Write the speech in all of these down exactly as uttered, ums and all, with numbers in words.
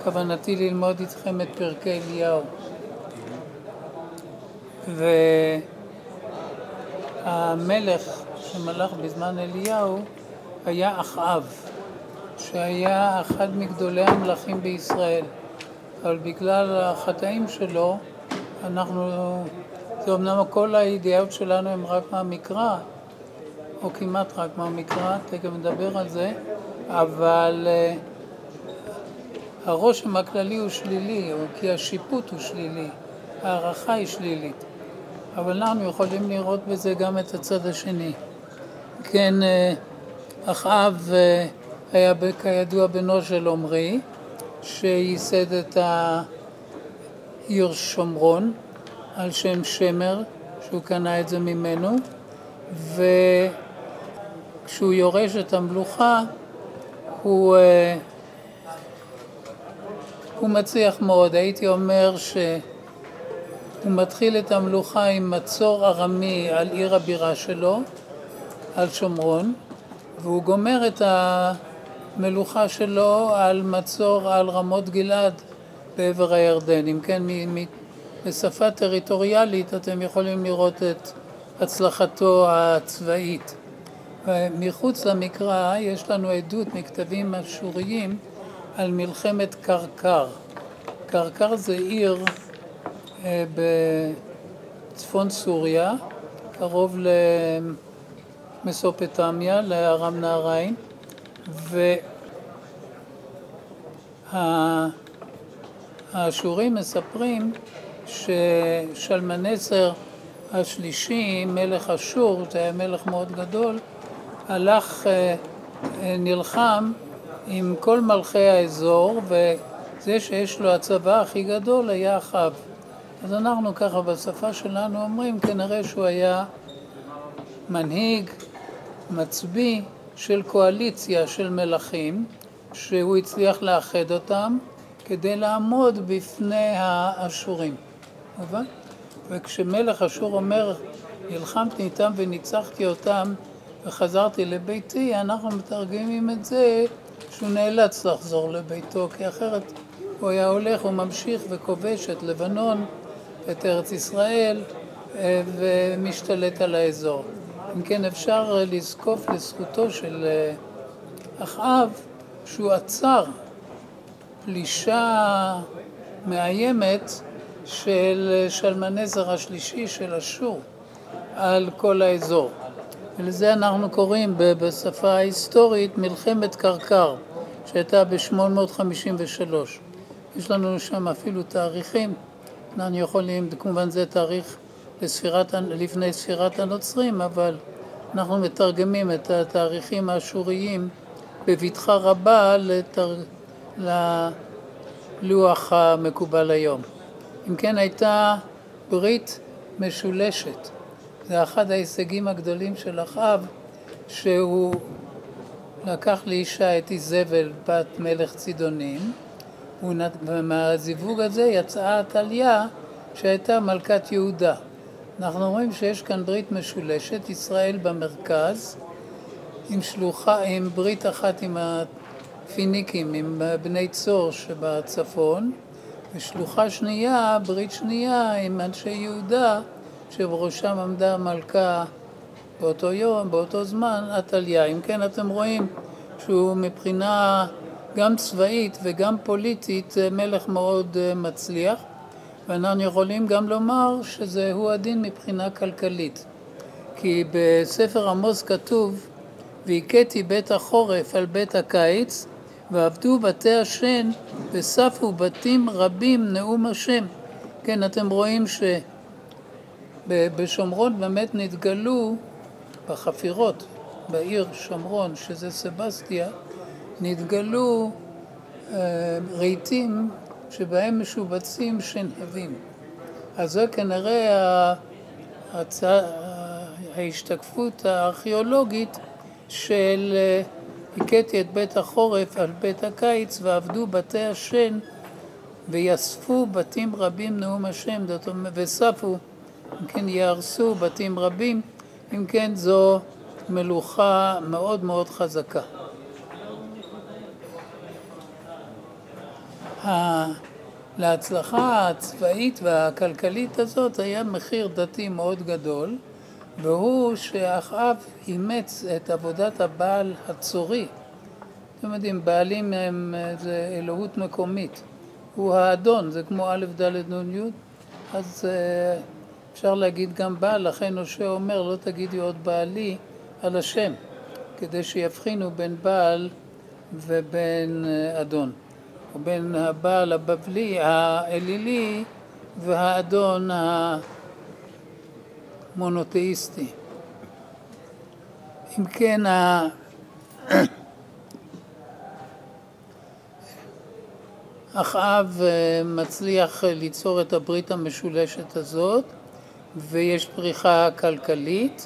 כוונתי ללמוד איתכם את פרקי אליהו. והמלך שמלך בזמן אליהו היה אחאב, שהיה אחד מגדולי המלכים בישראל. אבל בגלל החטאים שלו, אנחנו, זה אמנם כל הידיעות שלנו הם רק מהמקרא, או כמעט רק מהמקרא, תכף נדבר על זה, אבל הרושם הכללי הוא שלילי, כי השיפוט הוא שלילי, הערכה היא שלילית. אבל אנחנו יכולים לראות בזה גם את הצד השני. כן, אחאב היה כידוע בנו של עומרי, שייסד את העיר שומרון על שם שמר, שהוא קנה את זה ממנו, וכשהוא יורש את המלוכה, הוא, הוא מצליח מאוד. הייתי אומר שהוא מתחיל את המלוכה עם מצור ארמי על עיר הבירה שלו, על שומרון, והוא גומר את המלוכה שלו על מצור על רמות גלעד בעבר הירדן. אם כן, בשפה טריטוריאלית אתם יכולים לראות את הצלחתו הצבאית. מחוץ למקרא יש לנו עדות מכתבים אשוריים על מלחמת קרקר. קרקר זה עיר בצפון סוריה, קרוב למסופטמיה, לארם נהריים, והאשורים מספרים ששלמנסר השלישי, מלך אשור, זה היה מלך מאוד גדול, הלך, נלחם עם כל מלכי האזור, וזה שיש לו הצבא הכי גדול היה אחאב. אז אנחנו ככה בשפה שלנו אומרים, כנראה שהוא היה מנהיג, מצביא של קואליציה של מלכים, שהוא הצליח לאחד אותם כדי לעמוד בפני האשורים. אבל? וכשמלך אשור אומר, נלחמתי איתם וניצחתי אותם וחזרתי לביתי, אנחנו מתרגמים את זה שהוא נאלץ לחזור לביתו, כי אחרת הוא היה הולך וממשיך וכובש את לבנון, את ארץ ישראל, ומשתלט על האזור. אם כן, אפשר לזקוף לזכותו של אחאב שהוא עצר פלישה מאיימת של שלמנסר השלישי של אשור על כל האזור. ולזה אנחנו קוראים בשפה ההיסטורית מלחמת קרקר, שהייתה ב-שמונה מאות חמישים ושלוש. יש לנו שם אפילו תאריכים, אנחנו יכולים, כמובן זה תאריך לספירת, לפני ספירת הנוצרים, אבל אנחנו מתרגמים את התאריכים האשוריים בבטחה רבה לתר... ללוח המקובל היום. אם כן, הייתה ברית משולשת. זה אחד ההישגים הגדולים של אחאב, שהוא לקח לאישה את איזבל, בת מלך צידונים, ומהזיווג הזה יצאה עתליה שהייתה מלכת יהודה. אנחנו אומרים שיש כאן ברית משולשת, ישראל במרכז, עם שלוחה, עם ברית אחת עם הפיניקים, עם בני צור שבצפון, ושלוחה שנייה, ברית שנייה עם אנשי יהודה, שבראשם עמדה מלכה באותו יום, באותו זמן, עתליה. אם כן, אתם רואים שהוא מבחינה גם צבאית וגם פוליטית מלך מאוד מצליח, ואנחנו יכולים גם לומר שזהו הדין מבחינה כלכלית. כי בספר עמוס כתוב, והכיתי בית החורף על בית הקיץ, ועבדו בתי השן וספו בתים רבים נאום השם. כן, אתם רואים שבשומרון באמת נתגלו בחפירות, בעיר שומרון, שזה סבסטיה, נתגלו אה, רהיטים שבהם משובצים שנהבים. אז זה כנראה ההצע... ההשתקפות הארכיאולוגית של הכיתי את בית החורף על בית הקיץ ועבדו בתי השן ויספו בתים רבים נאום השם, וספו, אם כן יהרסו בתים רבים, אם כן זו מלוכה מאוד מאוד חזקה. להצלחה הצבאית והכלכלית הזאת היה מחיר דתי מאוד גדול, והוא שאחאב אימץ את עבודת הבעל הצורי. אתם יודעים, בעלים הם זה אלוהות מקומית. הוא האדון, זה כמו א' ד' נ' י', אז אפשר להגיד גם בעל, לכן הושע אומר לא תגידי עוד בעלי על השם, כדי שיבחינו בין בעל ובין אדון, או בין הבעל הבבלי, האלילי, והאדון המונותאיסטי. אם כן, אחאב מצליח ליצור את הברית המשולשת הזאת, ויש פריחה כלכלית,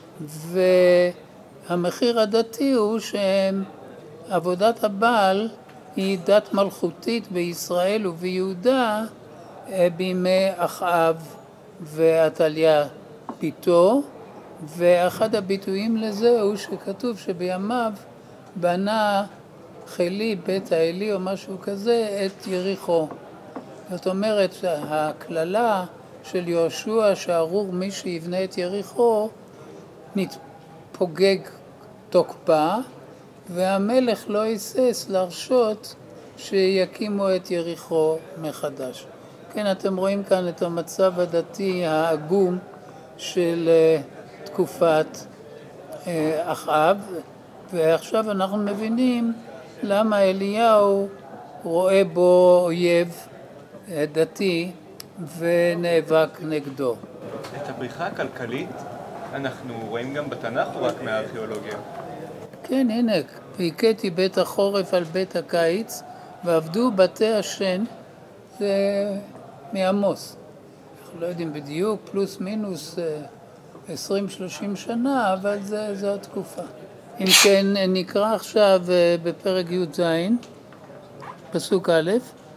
והמחיר הדתי הוא שעבודת הבעל היא דת מלכותית בישראל וביהודה בימי אחאב ועתליה ביתו, ואחד הביטויים לזה הוא שכתוב שבימיו בנה חילי בית האלי או משהו כזה את יריחו. זאת אומרת שהכללה של יהושע שארור מי שיבנה את יריחו נתפוגג תוקפה, והמלך לא היסס להרשות שיקימו את יריחו מחדש. כן, אתם רואים כאן את המצב הדתי העגום של תקופת אחאב, ועכשיו אנחנו מבינים למה אליהו רואה בו אויב דתי ונאבק נגדו. את הבריחה הכלכלית אנחנו רואים גם בתנ"ך או רק מהארכיאולוגיה? כן, הנה, והכיתי בית החורף על בית הקיץ ועבדו בתי השן, זה מעמוס. אנחנו לא יודעים בדיוק, פלוס מינוס עשרים שלושים שנה, אבל זה, זו התקופה. אם כן, נקרא עכשיו בפרק י"ז, פסוק א',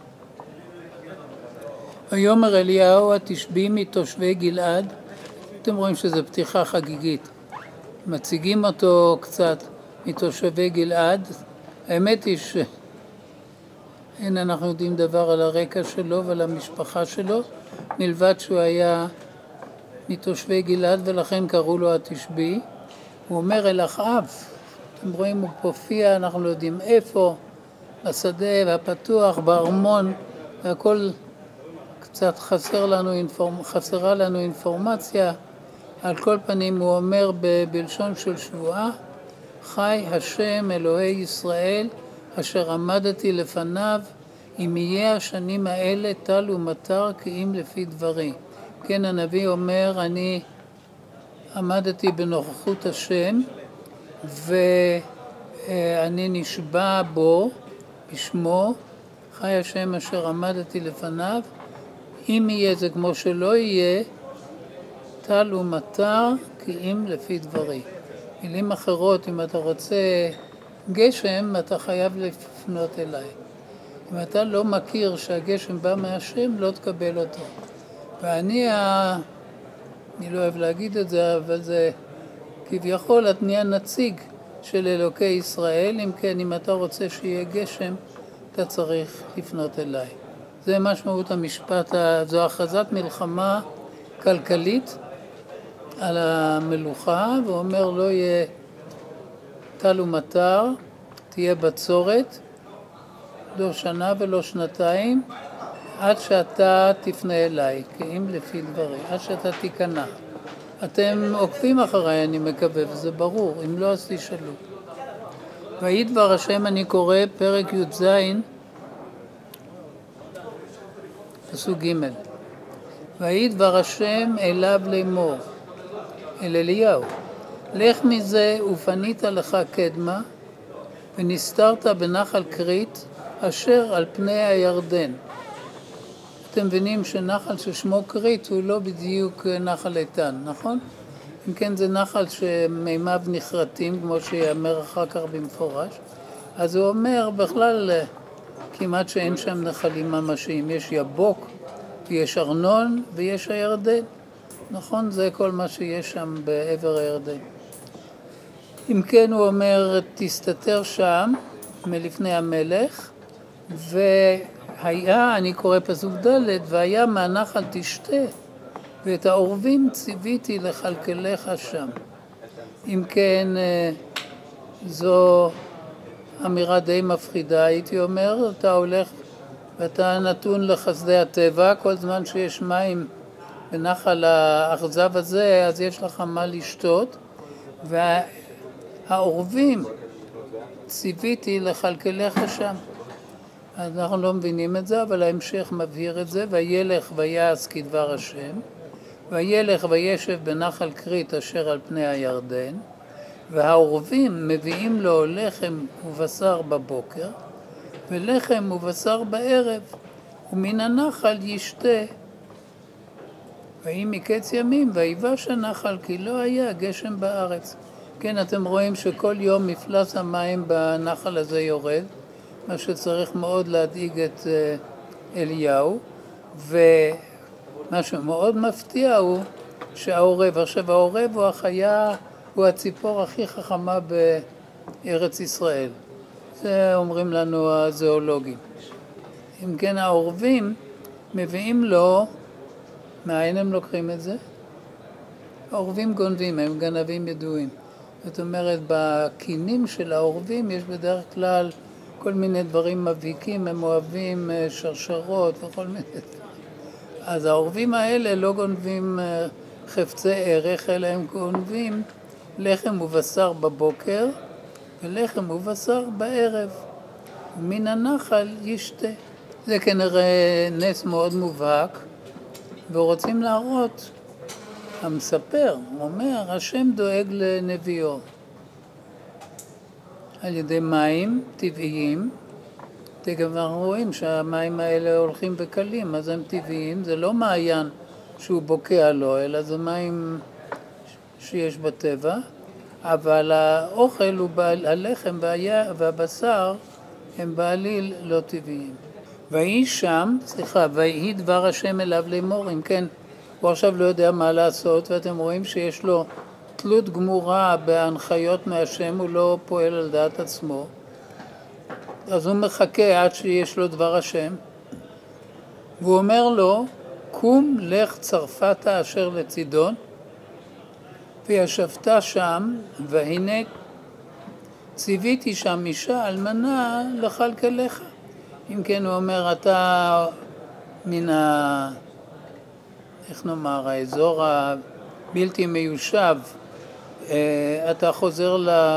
ויאמר אליהו התשבי מתושבי גלעד. אתם רואים שזו פתיחה חגיגית. מציגים אותו קצת מתושבי גלעד. האמת היא שאין אנחנו יודעים דבר על הרקע שלו ועל המשפחה שלו, מלבד שהוא היה מתושבי גלעד ולכן קראו לו התשבי. הוא אומר אל אחאב, אתם רואים הוא פופיע, אנחנו לא יודעים איפה, בשדה הפתוח, בארמון, והכל קצת חסר לנו אינפורמ... חסרה לנו אינפורמציה. על כל פנים הוא אומר ב... בלשון של שבועה, חי השם אלוהי ישראל אשר עמדתי לפניו, אם יהיה השנים האלה טל ומטר כי אם לפי דברי. כן, הנביא אומר, אני עמדתי בנוכחות השם ואני נשבע בו בשמו, חי השם אשר עמדתי לפניו, אם יהיה זה כמו שלא יהיה, טל ומטר כי אם לפי דברי. מילים אחרות, אם אתה רוצה גשם, אתה חייב לפנות אליי. אם אתה לא מכיר שהגשם בא מהשם, לא תקבל אותו. ואני, ה... אני לא אוהב להגיד את זה, אבל זה כביכול, אני הנציג של אלוקי ישראל. אם כן, אם אתה רוצה שיהיה גשם, אתה צריך לפנות אליי. זה משמעות המשפט, זו הכרזת מלחמה כלכלית על המלוכה, ואומר לא יהיה טל ומטר, תהיה בצורת, לא שנה ולא שנתיים, עד שאתה תפנה אליי, כי אם לפי דברי, עד שאתה תיכנע. אתם עוקבים אחריי, אני מקווה, וזה ברור, אם לא אז תשאלו. ויהי דבר השם, אני קורא פרק י"ז, פסוק ג'. ויהי דבר השם אליו לאמור, אל אליהו, לך מזה ופנית לך קדמה, ונסתרת בנחל קרית, אשר על פני הירדן. אתם מבינים שנחל ששמו קרית הוא לא בדיוק נחל איתן, נכון? אם כן זה נחל שמימיו נחרטים, כמו שיאמר אחר כך במפורש. אז הוא אומר בכלל כמעט שאין שם נחלים ממשיים, יש יבוק, יש ארנון ויש הירדן. נכון? זה כל מה שיש שם בעבר הירדן. אם כן הוא אומר, תסתתר שם מלפני המלך, היה, אני קורא פסוק ד', והיה מהנחל תשתה, ואת העורבים ציוויתי לכלכלך שם. אם כן, זו אמירה די מפחידה, הייתי אומר, אתה הולך ואתה נתון לחסדי הטבע, כל זמן שיש מים בנחל האכזב הזה, אז יש לך מה לשתות, והעורבים ציוויתי לכלכלך שם. אז אנחנו לא מבינים את זה, אבל ההמשך מבהיר את זה, וילך ויעש כדבר השם, וילך וישב בנחל כרית אשר על פני הירדן, והעורבים מביאים לו לחם ובשר בבוקר, ולחם ובשר בערב, ומן הנחל ישתה. ויהי מקץ ימים, ויבש הנחל, כי לא היה גשם בארץ. כן, אתם רואים שכל יום מפלס המים בנחל הזה יורד, מה שצריך מאוד להדאיג את אליהו, ומה שמאוד מפתיע הוא שהעורב, עכשיו העורב הוא החיה, הוא הציפור הכי חכמה בארץ ישראל. זה אומרים לנו הזואולוגים. אם כן, העורבים מביאים לו, מאין הם לוקחים את זה? העורבים גונבים, הם גנבים ידועים. זאת אומרת, בקינים של העורבים יש בדרך כלל כל מיני דברים מבהיקים, הם אוהבים שרשרות וכל מיני דברים. אז העורבים האלה לא גונבים חפצי ערך, אלא הם גונבים לחם ובשר בבוקר, ולחם ובשר בערב, ומן הנחל ישתה. זה כנראה נס מאוד מובהק, ורוצים להראות, המספר אומר, השם דואג לנביאו, על ידי מים טבעיים. תכף אנחנו רואים שהמים האלה הולכים וקלים, אז הם טבעיים, זה לא מעיין שהוא בוקע לו, אלא זה מים שיש בטבע, אבל האוכל הוא בעל, הלחם והבשר הם בעליל לא טבעיים. ויהי שם, סליחה, ויהי דבר השם אליו לאמור, אם כן, הוא עכשיו לא יודע מה לעשות, ואתם רואים שיש לו תלות גמורה בהנחיות מהשם, הוא לא פועל על דעת עצמו, אז הוא מחכה עד שיש לו דבר השם, והוא אומר לו, קום לך צרפתה אשר לצידון, וישבת שם, והנה ציוויתי שם אישה אלמנה לכלכלך. אם כן, הוא אומר, אתה מן ה... איך נאמר, האזור הבלתי מיושב, אתה חוזר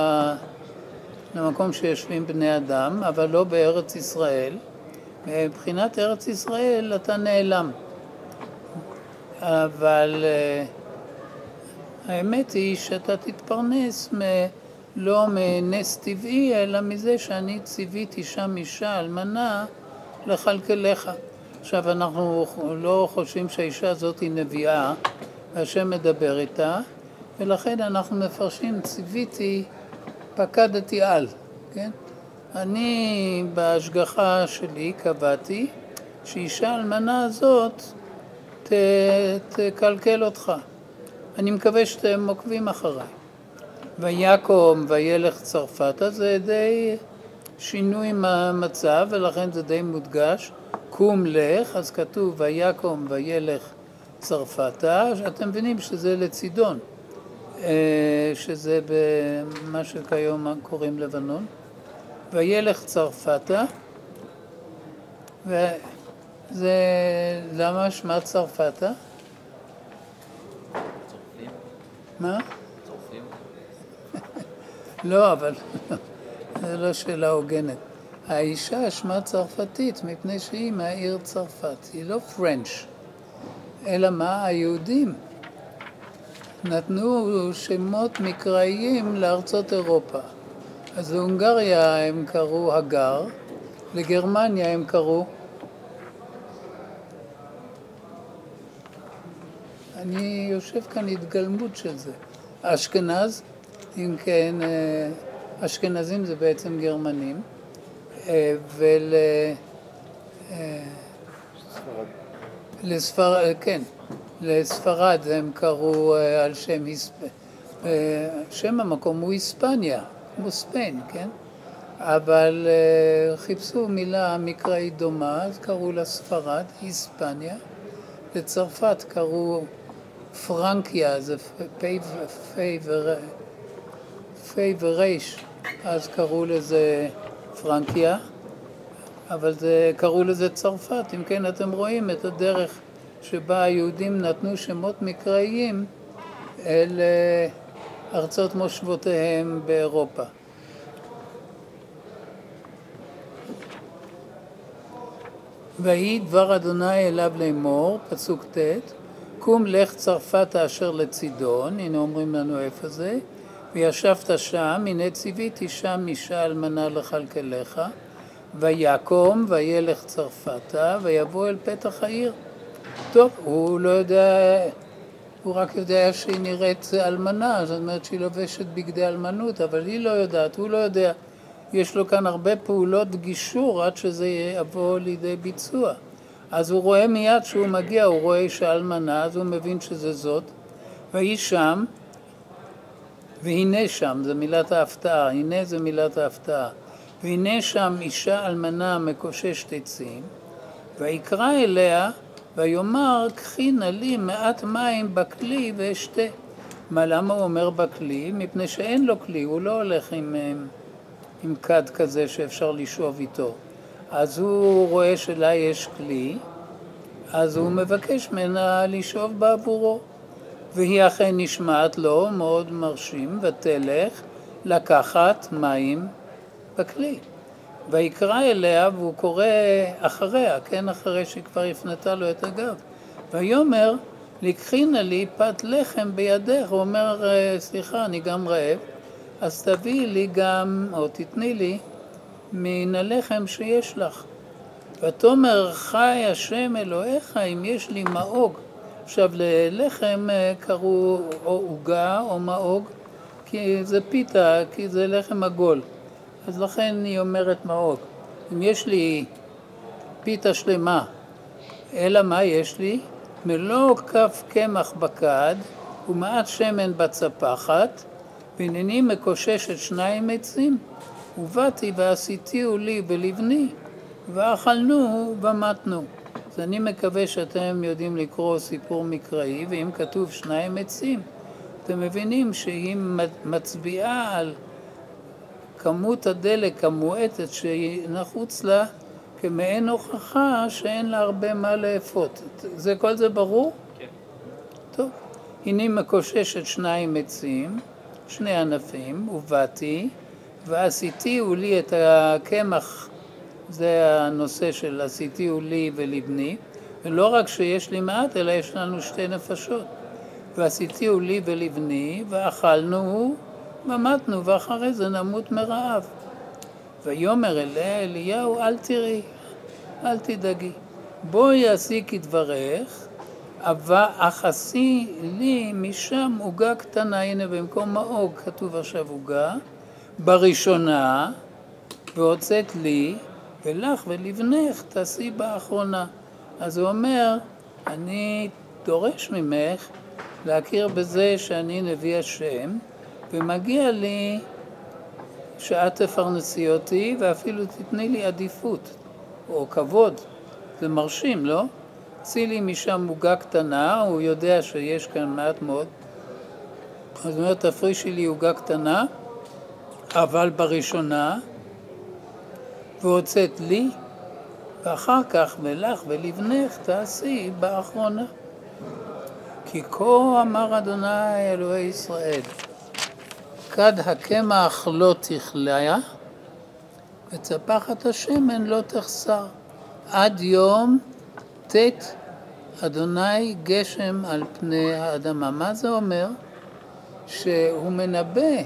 למקום שיושבים בני אדם, אבל לא בארץ ישראל. מבחינת ארץ ישראל אתה נעלם. אבל האמת היא שאתה תתפרנס מ... לא מנס טבעי, אלא מזה שאני ציוויתי שם אישה אלמנה לכלכלך. עכשיו אנחנו לא חושבים שהאישה הזאת היא נביאה, והשם מדבר איתה, ולכן אנחנו מפרשים ציוויתי פקדתי על, כן? אני בהשגחה שלי קבעתי שאישה אלמנה הזאת ת, תקלקל אותך. אני מקווה שאתם עוקבים אחריי. ויקום וילך צרפתה, זה די שינוי מהמצב, ולכן זה די מודגש. קום לך, אז כתוב ויקום וילך צרפתה, אתם מבינים שזה לצידון, שזה במה שכיום קוראים לבנון. וילך צרפתה, וזה למה שמה צרפתה? מה? לא, אבל זה לא שאלה הוגנת. האישה שמה צרפתית מפני שהיא מהעיר צרפת, היא לא פרנץ', אלא מה? היהודים נתנו שמות מקראיים לארצות אירופה. אז להונגריה הם קראו הגר, לגרמניה הם קראו, אני יושב כאן התגלמות של זה, אשכנז, אם כן, אשכנזים זה בעצם גרמנים, ול... לספרד, כן, לספרד הם קראו על שם, שם המקום הוא היספניה, כמו ספיין, כן? אבל uh, חיפשו מילה מקראית דומה, אז קראו לה ספרד, היספניה. לצרפת קראו פרנקיה, זה פי וריש, אז קראו לזה פרנקיה, אבל זה, קראו לזה צרפת. אם כן, אתם רואים את הדרך שבה היהודים נתנו שמות מקראיים אל ארצות מושבותיהם באירופה. ויהי דבר אדוני אליו לאמור, פסוק ט', קום לך צרפת אשר לצידון, הנה אומרים לנו איפה זה, וישבת שם, הנה ציוויתי שם אישה אלמנה לכלכלך, ויקום וילך צרפתה, ויבוא אל פתח העיר. טוב, הוא לא יודע, הוא רק יודע שהיא נראית אלמנה, זאת אומרת שהיא לובשת בגדי אלמנות, אבל היא לא יודעת, הוא לא יודע. יש לו כאן הרבה פעולות גישור עד שזה יבוא לידי ביצוע. אז הוא רואה מיד שהוא מגיע, הוא רואה אישה אלמנה, אז הוא מבין שזה זאת. והיא שם, והנה שם, זה מילת ההפתעה, הנה זה מילת ההפתעה. והנה שם אישה אלמנה מקוששת עצים, ויקרא אליה, ויאמר, קחי נא לי מעט מים בכלי ואשתה. מה, למה הוא אומר בכלי? מפני שאין לו כלי, הוא לא הולך עם... עם כד כזה שאפשר לשאוב איתו. אז הוא רואה שלה יש כלי, אז הוא מבקש ממנה לשאוב בעבורו. והיא אכן נשמעת לו, מאוד מרשים, ותלך לקחת מים בכלי. ויקרא אליה, והוא קורא אחריה, כן, אחרי שכבר הפנתה לו את הגב. ויאמר, לקחי נא לי פת לחם בידך. הוא אומר, סליחה, אני גם רעב. אז תביאי לי גם, או תתני לי, מן הלחם שיש לך. ותאמר חי השם אלוהיך, אם יש לי מאוג. עכשיו, ללחם קראו או עוגה או מאוג, כי זה פיתה, כי זה לחם עגול. אז לכן היא אומרת מאוג. אם יש לי פיתה שלמה, אלא מה יש לי? מלוא כף קמח בכד ומעט שמן בצפחת, והנני מקוששת שניים עצים, ובאתי ועשיתיהו לי ולבני, ואכלנו ומתנו. אז אני מקווה שאתם יודעים לקרוא סיפור מקראי, ואם כתוב שניים עצים, אתם מבינים שהיא מצביעה על כמות הדלק המועטת שנחוץ לה, כמעין הוכחה שאין לה הרבה מה לאפות. זה כל זה ברור? כן. טוב. הנה מקוששת שניים עצים, שני ענפים, ובאתי, ועשיתיהו לי את הקמח, זה הנושא של עשיתיהו לי ולבני, ולא רק שיש לי מעט, אלא יש לנו שתי נפשות. ועשיתיהו לי ולבני, ואכלנו ומתנו, ואחרי זה נמות מרעב. ויאמר אליה אליהו, אל תראי, אל תדאגי, בואי עשי כדברך, אבל אחסי לי משם עוגה קטנה, הנה במקום מאוג כתוב עכשיו עוגה, בראשונה, והוצאת לי, ולך ולבנך תעשי באחרונה. אז הוא אומר, אני דורש ממך להכיר בזה שאני נביא השם, ומגיע לי שאת תפרנסי אותי, ואפילו תתני לי עדיפות, או כבוד. זה מרשים, לא? צי לי משם עוגה קטנה, הוא יודע שיש כאן מעט מאוד. אז הוא אומר, תפרישי לי עוגה קטנה, אבל בראשונה, והוצאת לי, ואחר כך ולך ולבנך תעשי באחרונה. כי כה אמר אדוני אלוהי ישראל, כד הקמח לא תכלה, וצפחת השמן לא תחסר, עד יום תת אדוני גשם על פני האדמה. מה זה אומר? שהוא מנבא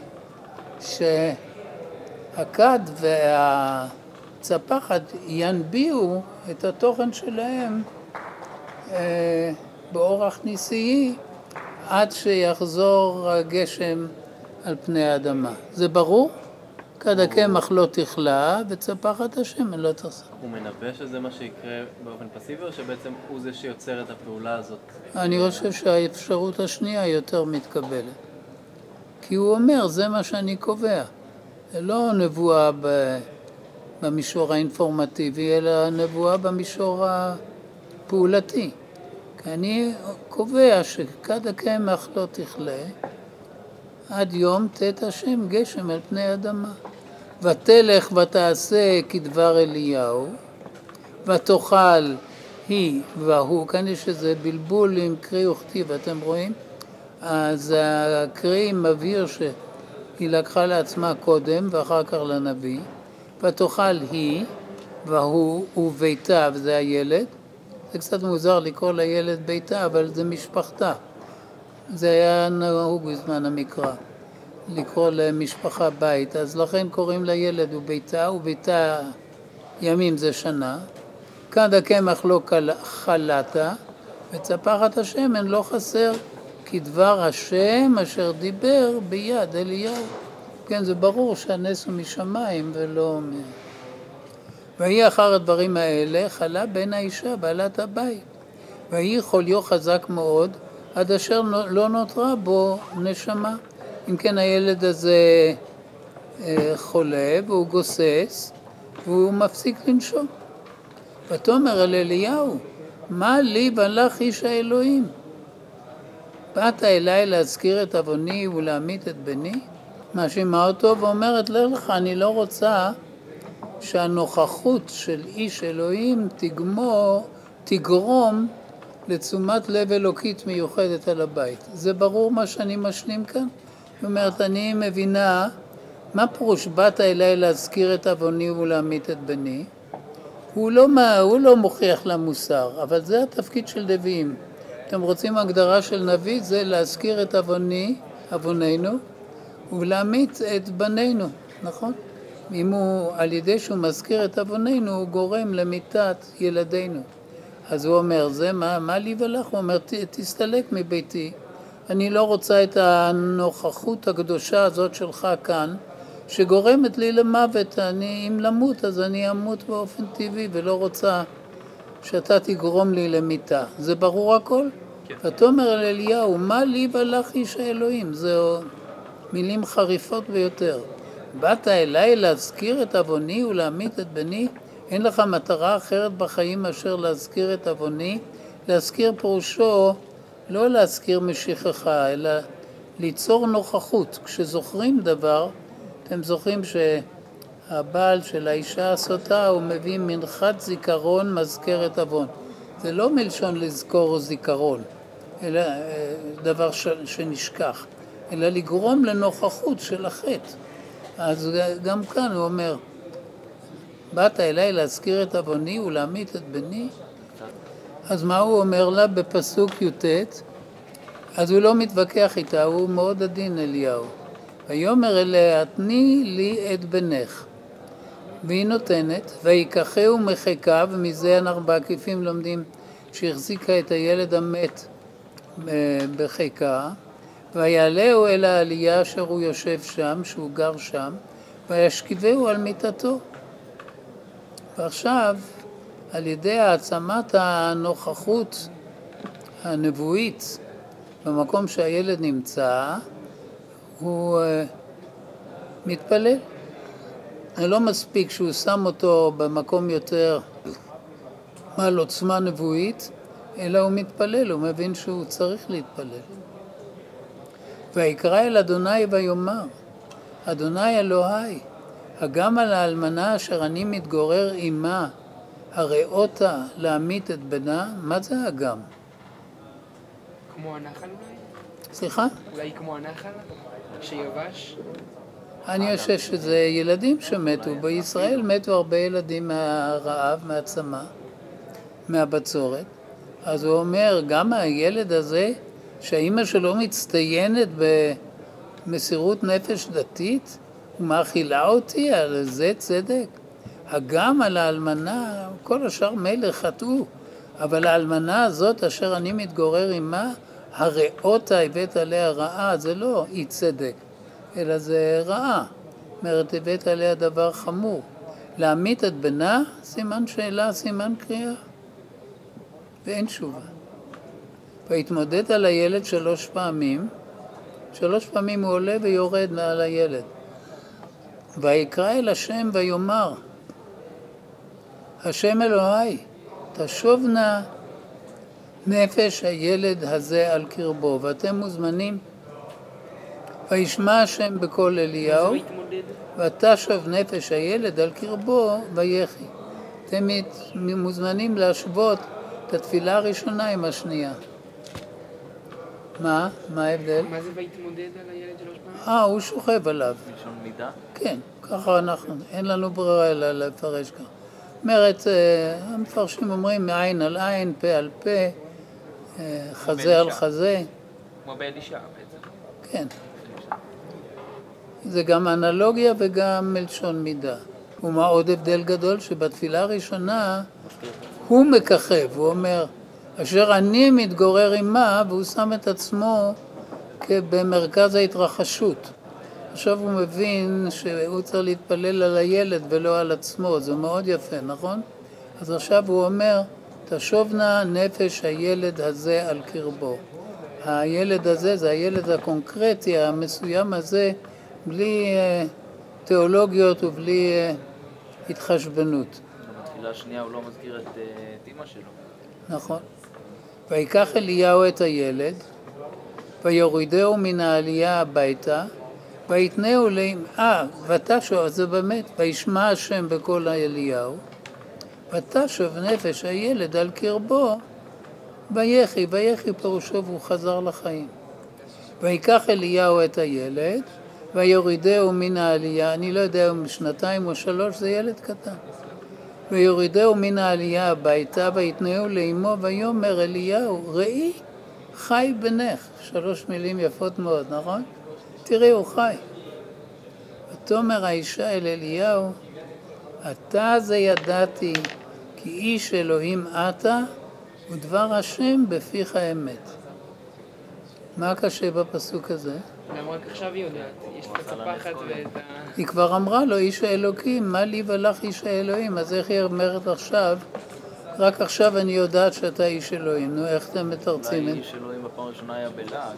שהכד והצפחת ינביאו את התוכן שלהם אה, באורח ניסי עד שיחזור הגשם על פני האדמה. זה ברור? כד הקמח לא תכלה וצפחת השמן לא תחסר. הוא מנבא שזה מה שיקרה באופן פסיבי, או שבעצם הוא זה שיוצר את הפעולה הזאת? אני חושב שהאפשרות השנייה יותר מתקבלת. כי הוא אומר, זה מה שאני קובע. זה לא נבואה במישור האינפורמטיבי, אלא נבואה במישור הפעולתי. כי אני קובע שכד הקמח לא תכלה, עד יום תת השם גשם על פני אדמה. ותלך ותעשה כדבר אליהו, ותאכל היא והוא. כאן יש איזה בלבול עם קרי וכתיב, אתם רואים? אז הקרי מבהיר שהיא לקחה לעצמה קודם ואחר כך לנביא. ותאכל היא והוא וביתה, וזה הילד. זה קצת מוזר לקרוא לילד ביתה, אבל זה משפחתה. זה היה נהוג בזמן המקרא, לקרוא למשפחה בית. אז לכן קוראים לילד וביתה, וביתה ימים זה שנה. כד הקמח לא חלתה, וצפחת השמן לא חסר, כדבר השם אשר דיבר ביד אליהו. כן, זה ברור שהנס הוא משמיים ולא... ויהי אחר הדברים האלה חלה בן האישה בעלת הבית, ויהי חוליו חזק מאוד עד אשר לא נותרה בו נשמה. אם כן הילד הזה חולה והוא גוסס והוא מפסיק לנשום. ותאמר אל אליהו, מה לי ולך איש האלוהים? באת אליי להזכיר את עווני ולהמית את בני? מאשימה אותו ואומרת, לך אני לא רוצה שהנוכחות של איש אלוהים תגמור, תגרום לתשומת לב אלוקית מיוחדת על הבית. זה ברור מה שאני משלים כאן? זאת אומרת, אני מבינה מה פירוש באת אליי להזכיר את עווני ולהמית את בני. הוא לא, הוא לא מוכיח למוסר, אבל זה התפקיד של נביאים. אתם רוצים הגדרה של נביא, זה להזכיר את עווני, עווננו, ולהמית את בנינו, נכון? אם הוא, על ידי שהוא מזכיר את עווננו, הוא גורם למיתת ילדינו. אז הוא אומר, זה מה, מה לי ולך? הוא אומר, ת, תסתלק מביתי. אני לא רוצה את הנוכחות הקדושה הזאת שלך כאן, שגורמת לי למוות. אני, אם למות, אז אני אמות באופן טבעי, ולא רוצה שאתה תגרום לי למיתה. זה ברור הכל? כן. ותאמר אל אליהו, מה לי ולך איש האלוהים? זה מילים חריפות ביותר. באת אליי להזכיר את עווני ולהמית את בני? אין לך מטרה אחרת בחיים אשר להזכיר את עווני? להזכיר פירושו לא להזכיר משכחה, אלא ליצור נוכחות. כשזוכרים דבר, אתם זוכרים שהבעל של האישה הסוטה הוא מביא מנחת זיכרון מזכרת עוון. זה לא מלשון לזכור זיכרון, אלא דבר שנשכח, אלא לגרום לנוכחות של החטא. אז גם כאן הוא אומר, באת אליי להזכיר את עווני ולהמית את בני? אז מה הוא אומר לה בפסוק י"ט? אז הוא לא מתווכח איתה, הוא מאוד עדין אליהו. ויאמר אליה, תני לי את בנך. והיא נותנת, ויקחהו מחיקה, ומזה אנחנו בעקיפים לומדים שהחזיקה את הילד המת בחיקה, ויעלהו אל העלייה אשר הוא יושב שם, שהוא גר שם, וישכיבהו על מיטתו. ועכשיו, על ידי העצמת הנוכחות הנבואית במקום שהילד נמצא, הוא uh, מתפלל. זה לא מספיק שהוא שם אותו במקום יותר מעל עוצמה נבואית, אלא הוא מתפלל, הוא מבין שהוא צריך להתפלל. ויקרא אל אדוני ויאמר, אדוני אלוהי, הגם על האלמנה אשר אני מתגורר עמה, הראותה להמית את בנה? מה זה הגם? כמו הנחל אולי? סליחה? אולי כמו הנחל שיבש? אני חושב שזה ילדים שמתו. בישראל מתו הרבה ילדים מהרעב, מהצמא, מהבצורת. אז הוא אומר, גם הילד הזה, שהאימא שלו מצטיינת במסירות נפש דתית, ומאכילה אותי, על זה צדק. הגם על האלמנה, כל השאר מלך חטאו, אבל האלמנה הזאת אשר אני מתגורר עמה, הראותה הבאת עליה רעה, זה לא אי צדק, אלא זה רעה. אומרת, הבאת עליה דבר חמור. להמית את בנה, סימן שאלה, סימן קריאה. ואין תשובה. והתמודד על הילד שלוש פעמים, שלוש פעמים הוא עולה ויורד מעל הילד. ויקרא אל השם ויאמר, השם אלוהי, תשוב נא נפש הילד הזה על קרבו, ואתם מוזמנים. וישמע השם בקול אליהו, ותשוב נפש הילד על קרבו ויחי. אתם מוזמנים להשוות את התפילה הראשונה עם השנייה. מה? מה ההבדל? מה זה ויתמודד על הילד שלוש פעמים? אה, הוא שוכב עליו. מלשון מידה? כן, ככה אנחנו, אין לנו ברירה אלא לפרש ככה. אומרת, המפרשים אומרים מעין על עין, פה על פה, חזה על חזה. כמו באלישע בעצם. כן. זה גם אנלוגיה וגם מלשון מידה. ומה עוד הבדל גדול? שבתפילה הראשונה הוא מככב, הוא אומר, אשר אני מתגורר עמה, והוא שם את עצמו במרכז ההתרחשות. עכשיו הוא מבין שהוא צריך להתפלל על הילד ולא על עצמו, זה מאוד יפה, נכון? אז עכשיו הוא אומר, תשובנה נפש הילד הזה על קרבו. הילד הזה זה הילד הקונקרטי, המסוים הזה, בלי uh, תיאולוגיות ובלי uh, התחשבנות. בתפילה השנייה הוא לא מזכיר את, uh, את אמא שלו. נכון. ויקח אליהו את הילד, ויורידהו מן העלייה הביתה, ויתנהו להם, אה, ותשוב, זה באמת, וישמע השם בקול אליהו, ותשוב נפש הילד על קרבו, ויחי, ויחי פירושו והוא חזר לחיים. ויקח אליהו את הילד, ויורידהו מן העלייה, אני לא יודע אם שנתיים או שלוש, זה ילד קטן. ויורידהו מן העלייה הביתה, ויתנהו לאמו, ויאמר אליהו, ראי, חי בנך. שלוש מילים יפות מאוד, נכון? תראי, הוא חי. ותאמר האישה אל אליהו, אתה זה ידעתי, כי איש אלוהים אתה, ודבר השם בפיך אמת. מה קשה בפסוק הזה? למה רק עכשיו היא יודעת? יש את הצפחת ואת ה... היא כבר אמרה לו, איש האלוקים, מה לי ולך איש האלוהים? אז איך היא אומרת עכשיו? רק עכשיו אני יודעת שאתה איש אלוהים. נו, איך אתם מתרצים? אולי איש אלוהים בפעם הראשונה היה בלעג.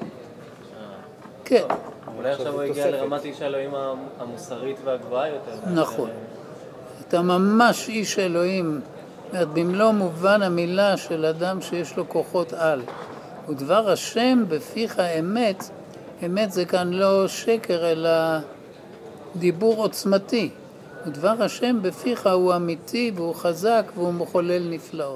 כן. אולי עכשיו הוא הגיע לרמת איש האלוהים המוסרית והגבוהה יותר. נכון. אתה ממש איש אלוהים, במלוא מובן המילה של אדם שיש לו כוחות על. ודבר השם בפיך אמת, אמת זה כאן לא שקר אלא דיבור עוצמתי. ודבר השם בפיך הוא אמיתי והוא חזק והוא מחולל נפלאות.